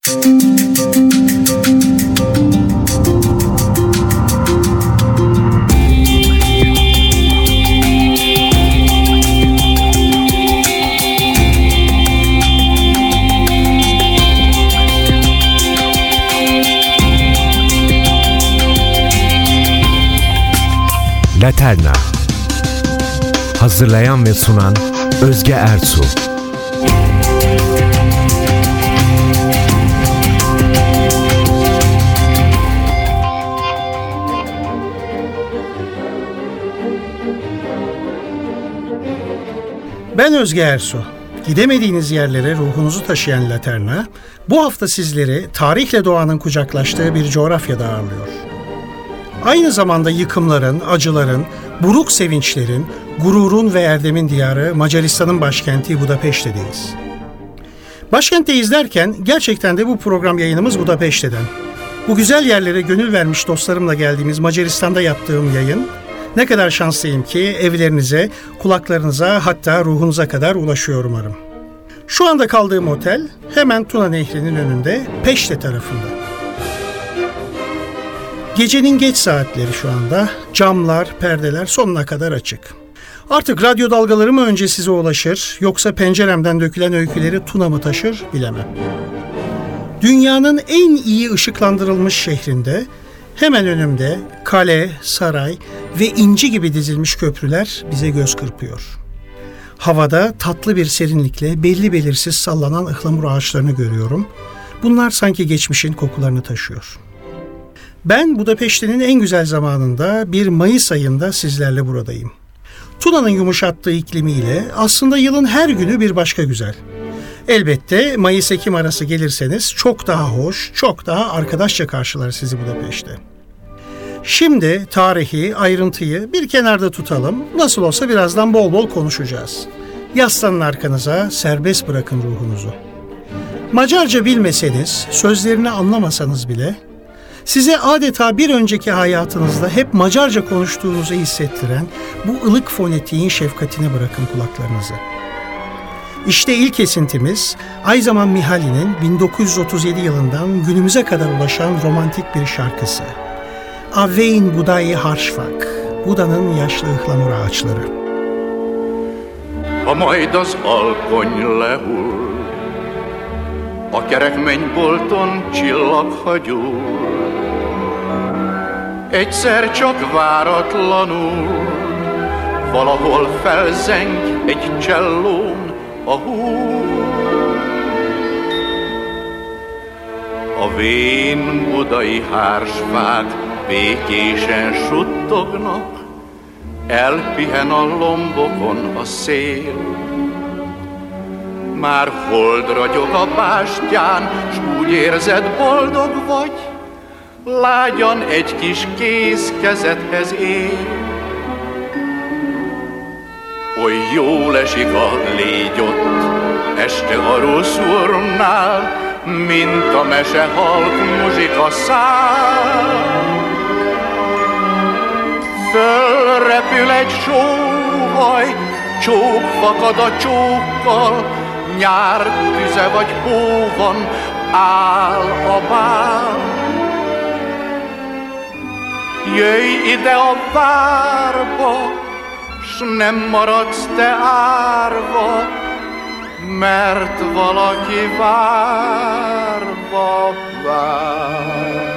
Laterna. Hazırlayan ve sunan Özge Ertuğ. Ben Özge Ertuğ. Gidemediğiniz yerlere ruhunuzu taşıyan Laterna, bu hafta sizleri tarihle doğanın kucaklaştığı bir coğrafyada ağırlıyor. Aynı zamanda yıkımların, acıların, buruk sevinçlerin, gururun ve erdemin diyarı Macaristan'ın başkenti Budapeşte'deyiz. Başkentteyiz derken gerçekten de bu program yayınımız Budapeşte'den. Bu güzel yerlere gönül vermiş dostlarımla geldiğimiz Macaristan'da yaptığım yayın, ne kadar şanslıyım ki evlerinize, kulaklarınıza hatta ruhunuza kadar ulaşıyor umarım. Şu anda kaldığım otel hemen Tuna Nehri'nin önünde Peşte tarafında. Gecenin geç saatleri şu anda. Camlar, perdeler sonuna kadar açık. Artık radyo dalgaları mı önce size ulaşır, yoksa penceremden dökülen öyküleri Tuna mı taşır bilemem. Dünyanın en iyi ışıklandırılmış şehrinde, hemen önümde kale, saray ve inci gibi dizilmiş köprüler bize göz kırpıyor. Havada tatlı bir serinlikle belli belirsiz sallanan ıhlamur ağaçlarını görüyorum. Bunlar sanki geçmişin kokularını taşıyor. Ben Budapeşte'nin en güzel zamanında bir Mayıs ayında sizlerle buradayım. Tuna'nın yumuşattığı iklimiyle aslında yılın her günü bir başka güzel. Elbette Mayıs-Ekim arası gelirseniz çok daha hoş, çok daha arkadaşça karşılar sizi Budapeşte. Şimdi tarihi, ayrıntıyı bir kenarda tutalım. Nasıl olsa birazdan bol bol konuşacağız. Yaslanın arkanıza, serbest bırakın ruhunuzu. Macarca bilmeseniz, sözlerini anlamasanız bile size adeta bir önceki hayatınızda hep Macarca konuştuğunuzu hissettiren bu ılık fonetiğin şefkatine bırakın kulaklarınızı. İşte ilk esintimiz Ayzaman Mihali'nin 1937 yılından günümüze kadar ulaşan romantik bir şarkısı. Avein Budai Harşfak, Buda'nın yaşlı ıhlamur ağaçları. Ha majd az alkony lehull, a kerekmennybolton csillag hagyul, egyszer csak váratlanul, valahol felzeng egy csellón a hull. A vén budai hársfák békésen suttognak, elpihen a lombokon a szél. Már hold ragyog a bástyán, s úgy érzed, boldog vagy, lágyan egy kis kéz kezedhez ér. Oly jól esik a légy ott, este a Russzurnál, mint a mese halk muzsika szál. Fölrepül egy sóhaj, csók fakad a csókkal, nyár tüze vagy hó van, áll a bál. Jöjj ide a várba, s nem maradsz te árva, mert valaki várva vár.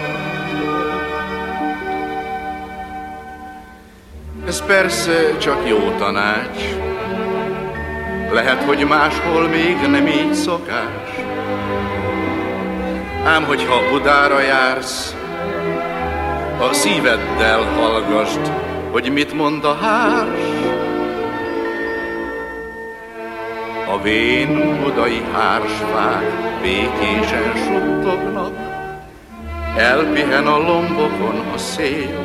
Ez persze csak jó tanács, lehet, hogy máshol még nem így szokás. Ám hogyha Budára jársz, a szíveddel hallgasd, hogy mit mond a hárs. A vén budai hársfák békésen suttognak, elpihen a lombokon a szél.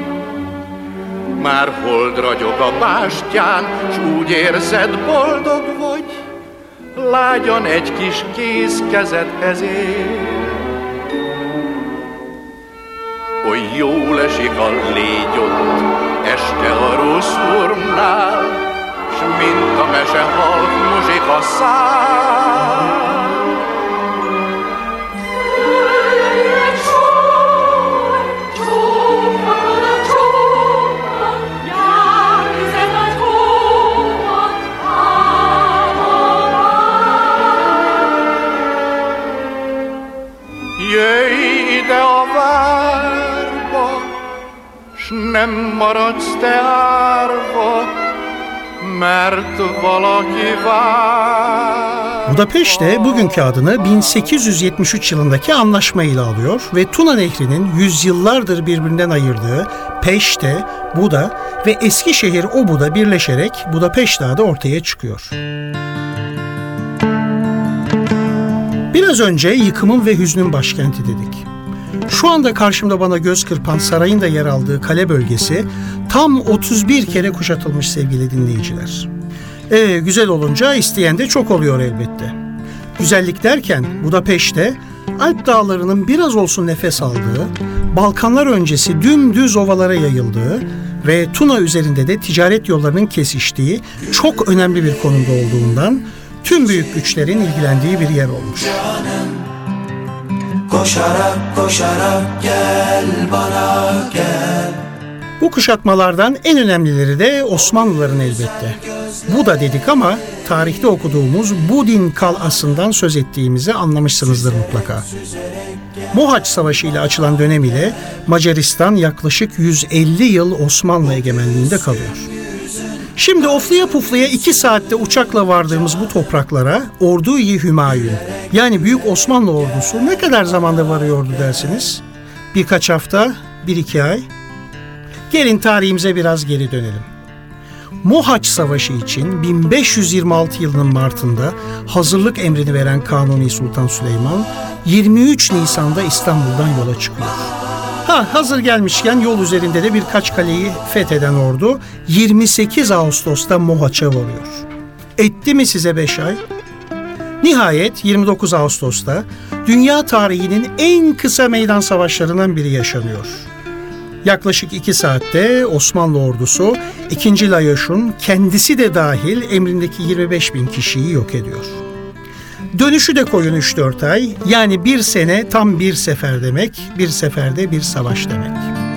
Már hold ragyog a bástyán, s úgy érzed, boldog vagy, lágyan egy kis kéz kezedhez ér. Oly jól esik a légy ott, este a Russzurnál, s mint a mese halk muzsika szál. jöjj ide a várba, s nem maradsz te árva, mert valaki vár. Budapeşte bugünkü adını 1873 yılındaki anlaşmayla alıyor ve Tuna Nehri'nin yüzyıllardır birbirinden ayırdığı Peşte, Buda ve Eskişehir Obu'da birleşerek Budapeşte adı ortaya çıkıyor. Biraz önce yıkımın ve hüznün başkenti dedik. Şu anda karşımda bana göz kırpan sarayın da yer aldığı kale bölgesi tam 31 kere kuşatılmış sevgili dinleyiciler. Güzel olunca isteyen de çok oluyor elbette. Güzellik derken Budapeşte, Alp dağlarının biraz olsun nefes aldığı, Balkanlar öncesi dümdüz ovalara yayıldığı ve Tuna üzerinde de ticaret yollarının kesiştiği çok önemli bir konumda olduğundan tüm büyük güçlerin ilgilendiği bir yer olmuş. Koşarak koşarak gel bana gel. Bu kuşatmalardan en önemlileri de Osmanlıların elbette. Buda dedik ama tarihte okuduğumuz Budin Kal'asından söz ettiğimizi anlamışsınızdır mutlaka. Mohaç Savaşı ile açılan dönem ile Macaristan yaklaşık 150 yıl Osmanlı egemenliğinde kalıyor. Şimdi ofluya pufluya 2 saatte uçakla vardığımız bu topraklara Ordu-i Hümayun, yani Büyük Osmanlı ordusu ne kadar zamanda varıyordu dersiniz? Birkaç hafta, 1-2 ay. Gelin tarihimize biraz geri dönelim. Mohaç Savaşı için 1526 yılının Mart'ında hazırlık emrini veren Kanuni Sultan Süleyman 23 Nisan'da İstanbul'dan yola çıkıyor. Hazır gelmişken yol üzerinde de birkaç kaleyi fetheden ordu 28 Ağustos'ta Mohaç'a varıyor. Etti mi size 5 ay? Nihayet 29 Ağustos'ta dünya tarihinin en kısa meydan savaşlarından biri yaşanıyor. Yaklaşık 2 saatte Osmanlı ordusu 2. Layoş'un kendisi de dahil emrindeki 25.000 kişiyi yok ediyor. Dönüşü de koyun 3-4 ay, yani 1 sene tam bir sefer demek, bir seferde bir savaş demek.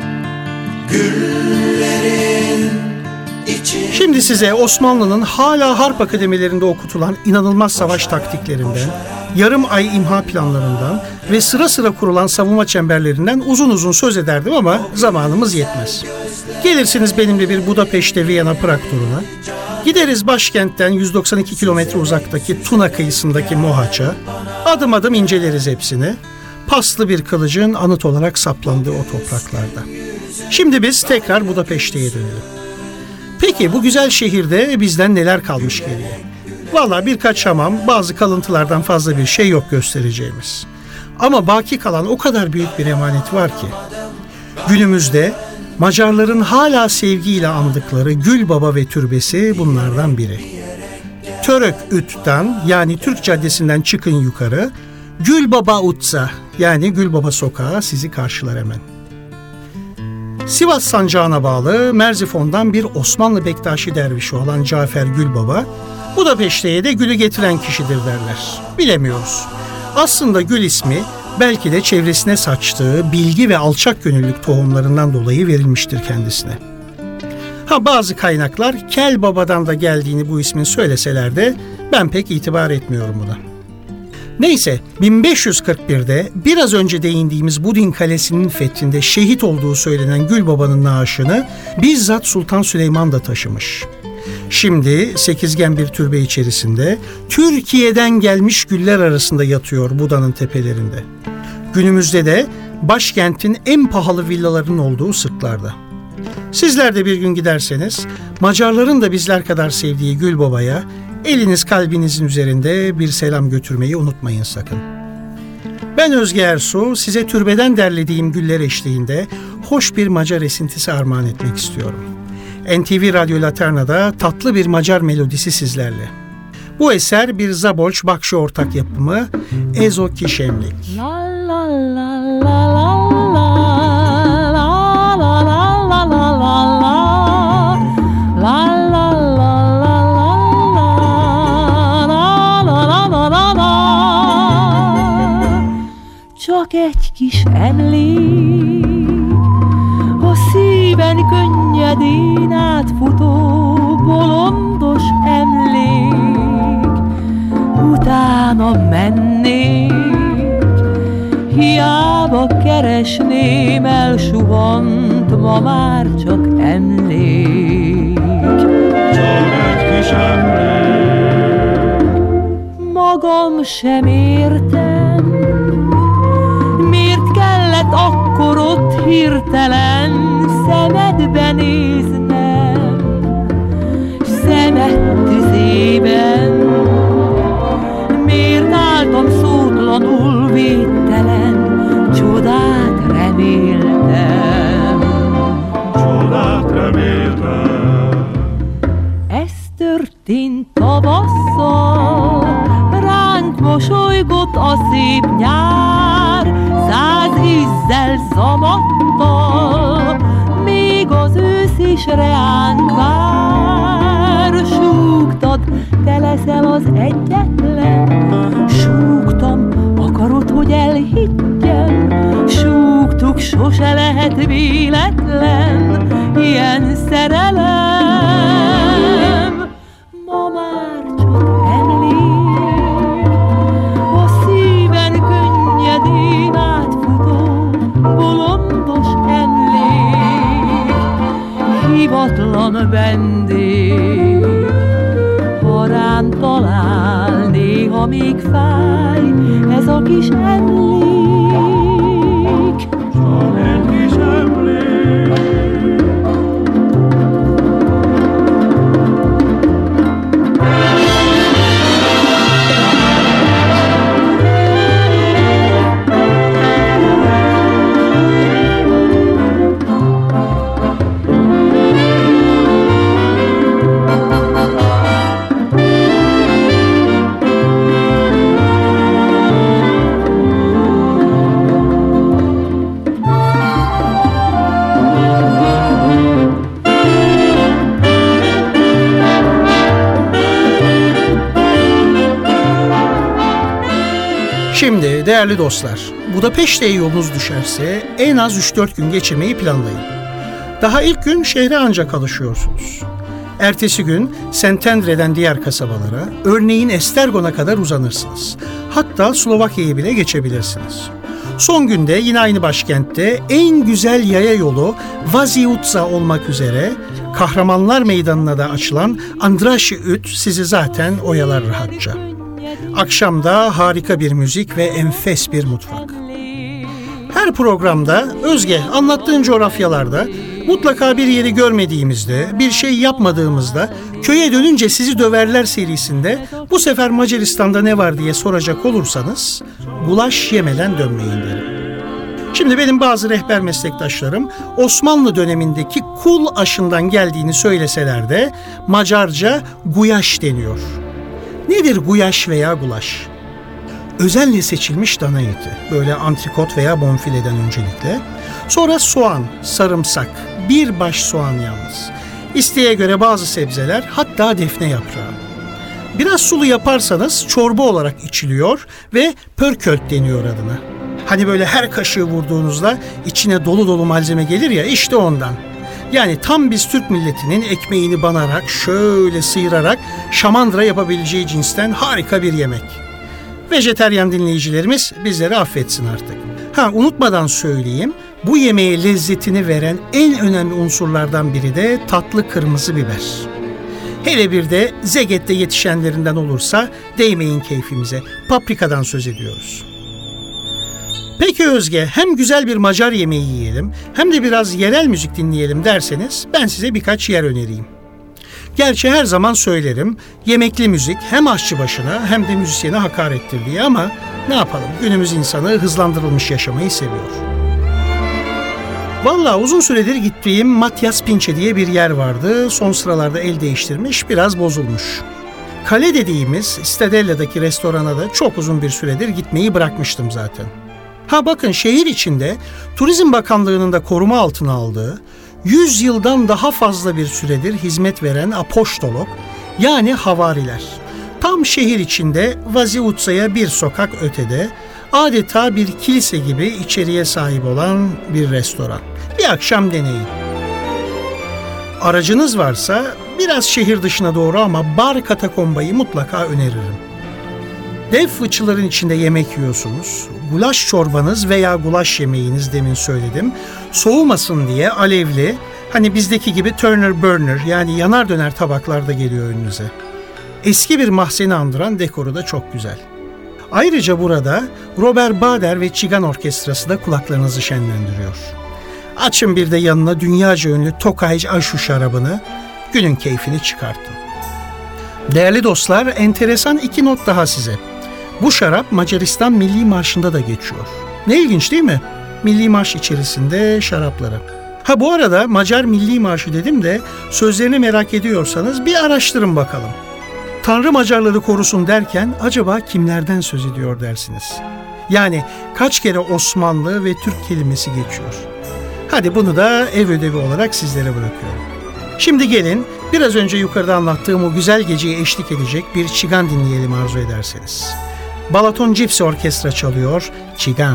Şimdi size Osmanlı'nın hala harp akademilerinde okutulan inanılmaz savaş taktiklerinden, yarım ay imha planlarından ve sıra sıra kurulan savunma çemberlerinden uzun uzun söz ederdim ama zamanımız yetmez. Gelirsiniz benimle bir Budapeşte, Viyana, Prag turuna. Gideriz başkentten 192 kilometre uzaktaki Tuna kıyısındaki Mohaç'a. Adım adım inceleriz hepsini. Paslı bir kılıcın anıt olarak saplandığı o topraklarda. Şimdi biz tekrar Budapeşte'ye dönelim. Peki bu güzel şehirde bizden neler kalmış geriye? Valla birkaç hamam, bazı kalıntılardan fazla bir şey yok göstereceğimiz. Ama baki kalan o kadar büyük bir emanet var ki. Günümüzde Macarların hala sevgiyle andıkları Gülbaba ve türbesi bunlardan biri. Török Üt'ten, yani Türk Caddesi'nden çıkın yukarı, Gülbaba Utsa, yani Gülbaba Sokağı sizi karşılar hemen. Sivas sancağına bağlı Merzifon'dan bir Osmanlı Bektaşi dervişi olan Cafer Gülbaba, Budapeşte'ye de gülü getiren kişidir derler. Bilemiyoruz. Aslında gül ismi belki de çevresine saçtığı bilgi ve alçak gönüllülük tohumlarından dolayı verilmiştir kendisine. Bazı kaynaklar Kel Baba'dan da geldiğini bu ismin söyleseler de ben pek itibar etmiyorum buna. Neyse, 1541'de biraz önce değindiğimiz Budin Kalesi'nin fethinde şehit olduğu söylenen Gülbaba'nın naaşını bizzat Sultan Süleyman da taşımış. Şimdi sekizgen bir türbe içerisinde Türkiye'den gelmiş güller arasında yatıyor Buda'nın tepelerinde. Günümüzde de başkentin en pahalı villaların olduğu sırtlarda. Sizler de bir gün giderseniz Macarların da bizler kadar sevdiği Gülbaba'ya eliniz kalbinizin üzerinde bir selam götürmeyi unutmayın sakın. Ben Özge Ersu, size türbeden derlediğim güller eşliğinde hoş bir Macar esintisi armağan etmek istiyorum. NTV Radyo Laterna'da tatlı bir Macar melodisi sizlerle. Bu eser bir Zabolç Bakşı ortak yapımı Ezo Kişemlik. Csak egy kis emlék, a szíven könnyedén átfutó bolondos emlék. Utána mennék, hiába keresném, elsuhant, ma már csak emlék. Csak egy kis emlék. Magam sem értem, miért kellett akkor ott hirtelen szemedbe néznem, s szemed tüzében miért álltam szótlanul védtelen, csodát reméltem. Csodát reméltem. Ez történt tavasszal, ránk mosolygott a szép nyár, 100 ízzel, zamattal, még az ősz is reánk vár. Súgtad, te leszel az egyetlen, súgtam, akarod, hogy elhiggyem, súgtuk, sose lehet véletlen ilyen szerelem. Ma már csak emlék, a szíven könnyedén átfutó bolondos emlék, hivatlan vendég, ha rám talál, néha még fáj ez a kis emlék. Csak egy kis emlék. Şimdi değerli dostlar, Budapeşte'ye yolunuz düşerse en az 3-4 gün geçirmeyi planlayın. Daha ilk gün şehre ancak alışıyorsunuz. Ertesi gün Szentendre'den diğer kasabalara, örneğin Esztergom'a kadar uzanırsınız. Hatta Slovakya'ya bile geçebilirsiniz. Son günde yine aynı başkentte en güzel yaya yolu Vaziutza olmak üzere Kahramanlar Meydanı'na da açılan Andrassy Üt sizi zaten oyalar rahatça. Akşamda harika bir müzik ve enfes bir mutfak. Her programda Özge anlattığın coğrafyalarda mutlaka bir yeri görmediğimizde, bir şey yapmadığımızda köye dönünce sizi döverler serisinde bu sefer Macaristan'da ne var diye soracak olursanız gulaş yemeden dönmeyin derim. Şimdi benim bazı rehber meslektaşlarım Osmanlı dönemindeki kul aşından geldiğini söyleseler de Macarca guyaş deniyor. Nedir guyaş veya gulaş? Özenle seçilmiş dana eti, böyle antrikot veya bonfileden öncelikle. Sonra soğan, sarımsak, bir baş soğan yalnız. İsteğe göre bazı sebzeler, hatta defne yaprağı. Biraz sulu yaparsanız çorba olarak içiliyor ve pörkölt deniyor adına. Hani böyle her kaşığı vurduğunuzda içine dolu dolu malzeme gelir ya, işte ondan. Yani tam biz Türk milletinin ekmeğini banarak, şöyle sıyırarak şamandıra yapabileceği cinsten harika bir yemek. Vejeteryan dinleyicilerimiz bizleri affetsin artık. Unutmadan söyleyeyim, bu yemeğe lezzetini veren en önemli unsurlardan biri de tatlı kırmızı biber. Hele bir de Zeget'te yetişenlerinden olursa değmeyin keyfimize, paprikadan söz ediyoruz. Peki Özge, hem güzel bir Macar yemeği yiyelim hem de biraz yerel müzik dinleyelim derseniz ben size birkaç yer önereyim. Gerçi her zaman söylerim, yemekli müzik hem aşçı başına hem de müzisyene hakarettir diye, ama ne yapalım, günümüz insanı hızlandırılmış yaşamayı seviyor. Vallahi uzun süredir gittiğim Matyas Pinçe diye bir yer vardı. Son sıralarda el değiştirmiş, biraz bozulmuş. Kale dediğimiz Stadella'daki restorana da çok uzun bir süredir gitmeyi bırakmıştım zaten. Bakın, şehir içinde Turizm Bakanlığı'nın da koruma altına aldığı 100 yıldan daha fazla bir süredir hizmet veren apoştolog, yani havariler. Tam şehir içinde Vaziutza'ya bir sokak ötede adeta bir kilise gibi içeriye sahip olan bir restoran. Bir akşam deneyin. Aracınız varsa biraz şehir dışına doğru ama Bar Katakomba'yı mutlaka öneririm. Dev fıçıların içinde yemek yiyorsunuz. Gulaş çorbanız veya gulaş yemeğiniz demin söyledim. Soğumasın diye alevli, hani bizdeki gibi Turner burner yani yanar döner tabaklarda geliyor önünüze. Eski bir mahzeni andıran dekoru da çok güzel. Ayrıca burada Robert Bader ve Çigan Orkestrası da kulaklarınızı şenlendiriyor. Açın bir de yanına dünyaca ünlü Tokaj Aşu şarabını, günün keyfini çıkartın. Değerli dostlar, enteresan 2 not daha size. Bu şarap Macaristan Milli Marşı'nda da geçiyor. Ne ilginç değil mi? Milli Marş içerisinde şarapları. Ha bu arada Macar Milli Marşı dedim de sözlerini merak ediyorsanız bir araştırın bakalım. Tanrı Macarları korusun derken acaba kimlerden söz ediyor dersiniz? Yani kaç kere Osmanlı ve Türk kelimesi geçiyor? Hadi bunu da ev ödevi olarak sizlere bırakıyorum. Şimdi gelin biraz önce yukarıda anlattığım o güzel geceye eşlik edecek bir çigan dinleyelim arzu ederseniz. Balaton Gypsy Orkestra çalıyor Çigan.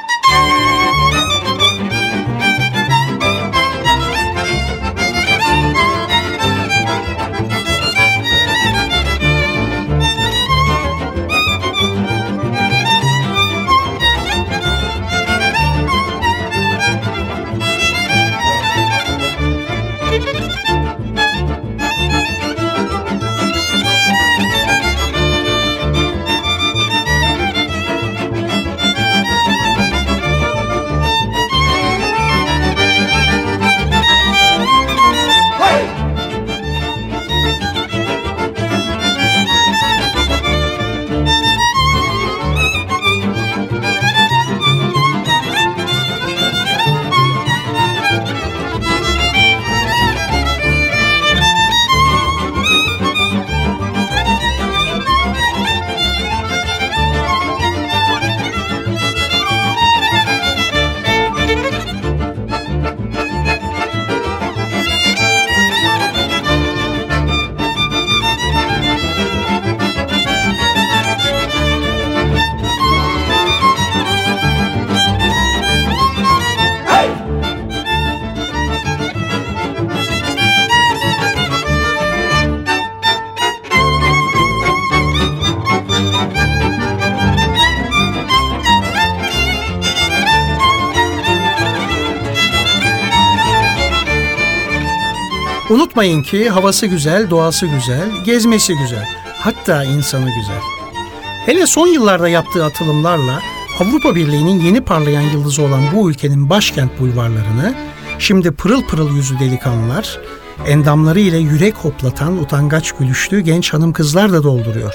Unutmayın ki havası güzel, doğası güzel, gezmesi güzel, hatta insanı güzel. Hele son yıllarda yaptığı atılımlarla Avrupa Birliği'nin yeni parlayan yıldızı olan bu ülkenin başkent bulvarlarını şimdi pırıl pırıl yüzlü delikanlılar, endamları ile yürek hoplatan utangaç gülüşlü genç hanım kızlar da dolduruyor.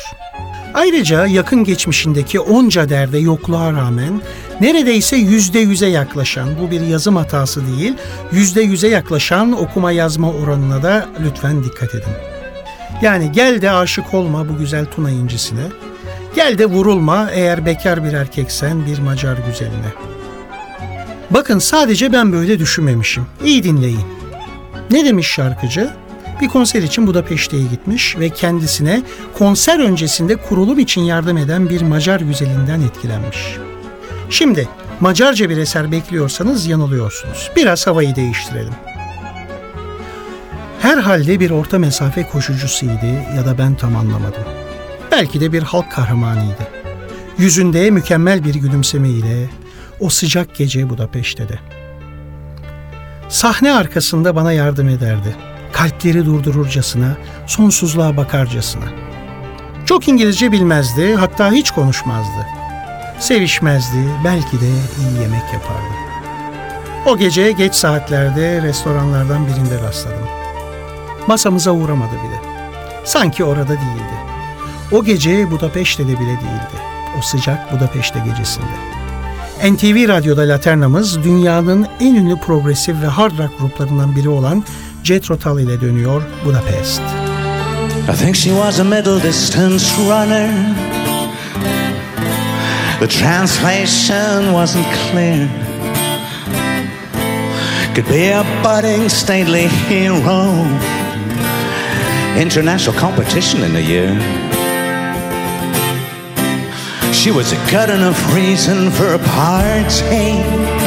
Ayrıca yakın geçmişindeki onca derde yokluğa rağmen neredeyse %100'e yaklaşan, bu bir yazım hatası değil, %100'e yaklaşan okuma yazma oranına da lütfen dikkat edin. Yani gel de aşık olma bu güzel Tuna incisine, gel de vurulma eğer bekar bir erkeksen bir Macar güzeline. Bakın sadece ben böyle düşünmemişim, iyi dinleyin. Ne demiş şarkıcı? Bir konser için Budapeşte'ye gitmiş ve kendisine konser öncesinde kurulum için yardım eden bir Macar güzelinden etkilenmiş. Şimdi Macarca bir eser bekliyorsanız yanılıyorsunuz. Biraz havayı değiştirelim. Herhalde bir orta mesafe koşucusuydu ya da ben tam anlamadım. Belki de bir halk kahramanıydı. Yüzünde mükemmel bir gülümsemeyle o sıcak gece Budapeşte'de. Sahne arkasında bana yardım ederdi. Kalpleri durdururcasına, sonsuzluğa bakarcasına. Çok İngilizce bilmezdi, hatta hiç konuşmazdı. Sevişmezdi, belki de iyi yemek yapardı. O gece geç saatlerde restoranlardan birinde rastladım. Masamıza uğramadı bile. Sanki orada değildi. O gece Budapeşte'de bile değildi. O sıcak Budapeşte gecesinde. NTV Radyo'da Laternamız dünyanın en ünlü progresif ve hard rock gruplarından biri olan Jethro Tull ile dönüyor Budapest. I think she was a middle distance runner. The translation wasn't clear. Could be a budding stately hero. International competition in a year. She was a good enough reason for a party.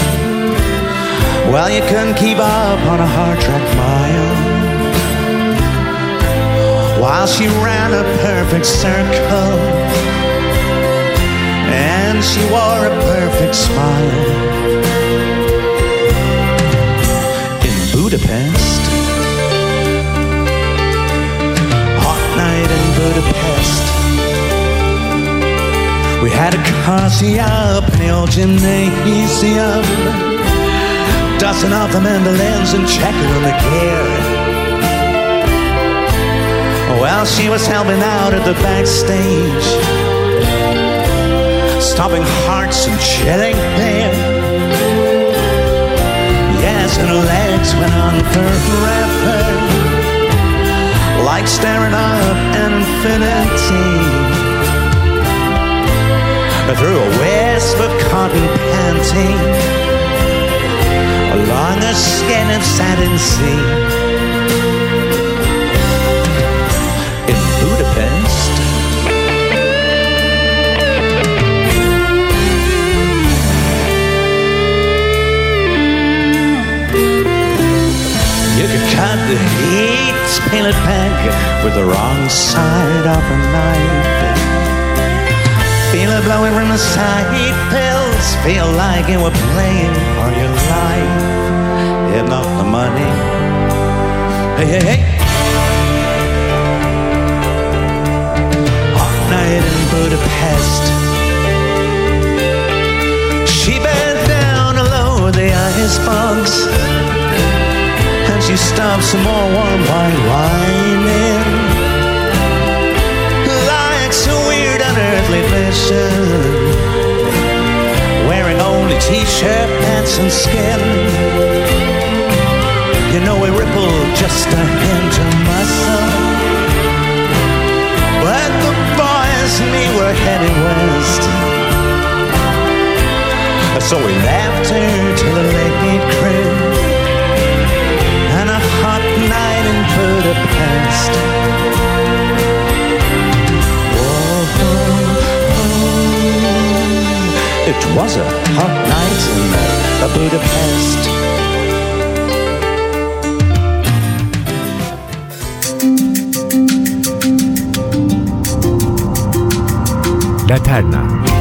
Well, you couldn't keep up on a hard track mile. While she ran a perfect circle and she wore a perfect smile. In Budapest, hot night in Budapest, we had a cozy up in the old gymnasium, dusting off the mandolins and checking on the gear. Well, she was helping out at the backstage, stopping hearts and chilling there. Yes, and her legs went on forever, like staring up infinity. Through a wisp of cotton panting, along a skin of satin sea. In Budapest, you could cut the heat, peel it back with the wrong side of a knife. Feel it blowing from the side pills, feel like you were playing for your life. Yeah, not the money. Hey, hey, hey. Hot night in Budapest, she bent down to lower the icebox, and she stuffed some more warm white wine in, like some weird unearthly vision, wearing only t-shirt, pants and skin. You know we rippled just a hint of muscle, but the boys and me were heading west. So we left her to the late crib, and a hot night in Budapest. It was a hot night in Budapest. Laterna.